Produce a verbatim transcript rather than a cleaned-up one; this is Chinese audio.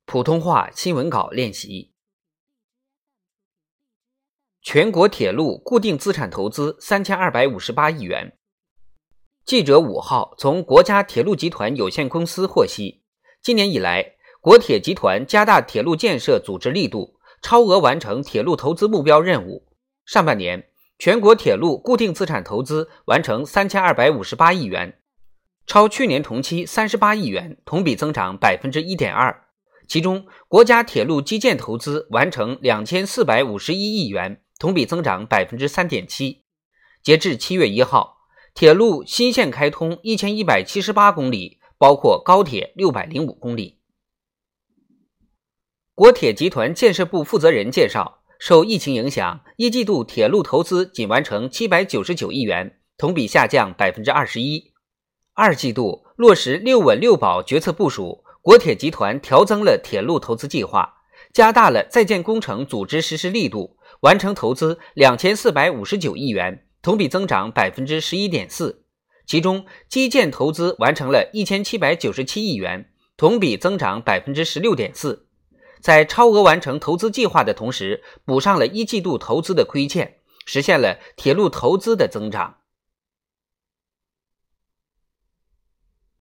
普通话新闻稿练习。全国铁路固定资产投资三千二百五十八亿元。记者五号从国家铁路集团有限公司获悉，今年以来，国铁集团加大铁路建设组织力度，超额完成铁路投资目标任务。上半年，全国铁路固定资产投资完成三千二百五十八亿元，超去年同期三十八亿元，同比增长 百分之一点二。其中，国家铁路基建投资完成两千四百五十一亿元，同比增长 百分之三点七。截至七月一号，铁路新线开通一千一百七十八公里，包括高铁六百零五公里。国铁集团建设部负责人介绍，受疫情影响，一季度铁路投资仅完成七百九十九亿元，同比下降 百分之二十一。二季度落实六稳六保决策部署，国铁集团调增了铁路投资计划，加大了在建工程组织实施力度，完成投资两千四百五十九亿元，同比增长 百分之十一点四。其中，基建投资完成了一千七百九十七亿元，同比增长 百分之十六点四。在超额完成投资计划的同时，补上了一季度投资的亏欠，实现了铁路投资的增长。